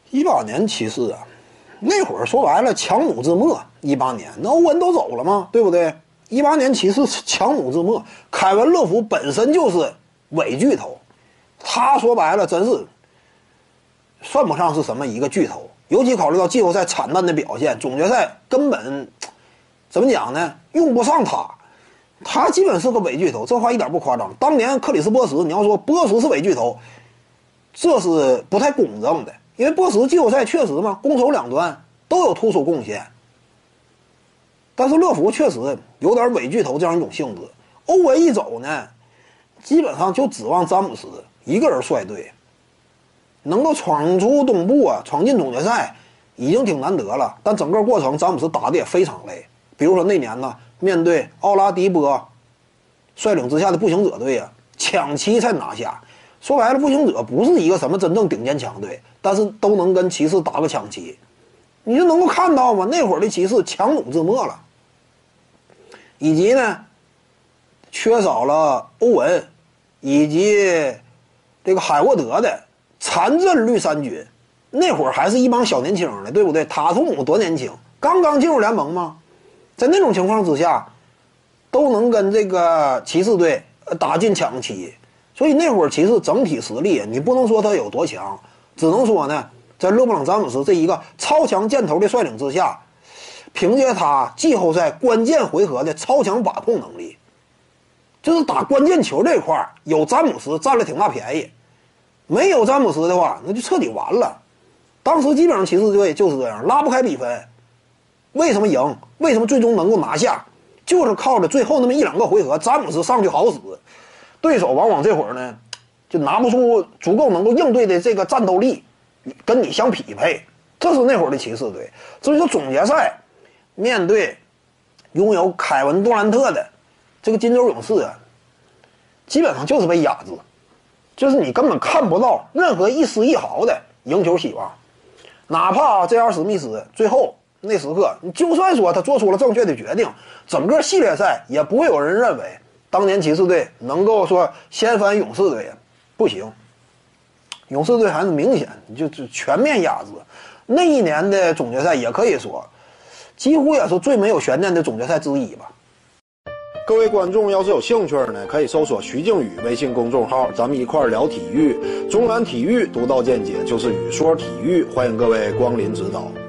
18年骑士啊，那会儿说白了强弩之末。18年那欧文都走了嘛，对不对？18年骑士强弩之末，凯文乐福本身就是伪巨头，他说白了真是算不上是什么一个巨头，尤其考虑到季后赛惨淡的表现，总决赛根本怎么讲呢？用不上他，他基本是个伪巨头，这话一点不夸张。当年克里斯波什，你要说波什是伪巨头，这是不太公正的，因为波什季后赛确实嘛，攻守两端都有突出贡献。但是乐福确实有点伪巨头这样一种性质。欧文一走呢，基本上就指望詹姆斯一个人率队，能够闯出东部啊，闯进总决赛已经挺难得了。但整个过程詹姆斯打的也非常累，比如说那年呢，面对奥拉迪波率领之下的步行者队啊，抢七才拿下。说白了，步行者不是一个什么真正顶尖强队，但是都能跟骑士打个抢七，你就能够看到嘛，那会儿的骑士强弩之末了。以及呢，缺少了欧文以及这个海沃德的残阵绿衫军，那会儿还是一帮小年轻的，对不对？塔图姆多年轻，刚刚进入联盟嘛，在那种情况之下，都能跟这个骑士队打进抢七，所以那会儿骑士整体实力你不能说他有多强，只能说呢，在勒布朗詹姆斯这一个超强箭头的率领之下，凭借他季后赛关键回合的超强把控能力，就是打关键球这块有詹姆斯占了挺大便宜，没有詹姆斯的话那就彻底完了。当时基本上骑士队就是这样，拉不开比分。为什么赢？为什么最终能够拿下？就是靠着最后那么一两个回合，詹姆斯上去好使，对手往往这会儿呢就拿不出足够能够应对的这个战斗力跟你相匹配，这是那会儿的骑士队。至于说总决赛面对拥有凯文杜兰特的这个金州勇士啊，基本上就是被压制，就是你根本看不到任何一丝一毫的赢球希望。哪怕J.R. 史密斯最后那时刻，你就算说他做出了正确的决定，整个系列赛也不会有人认为当年骑士队能够说掀翻勇士队，不行，勇士队还是明显就是全面压制。那一年的总决赛也可以说几乎也是最没有悬念的总决赛之一吧。 各位观众要是有兴趣呢，可以搜索徐静宇微信公众号，咱们一块聊体育。中南体育独到见解就是语说体育，欢迎各位光临指导。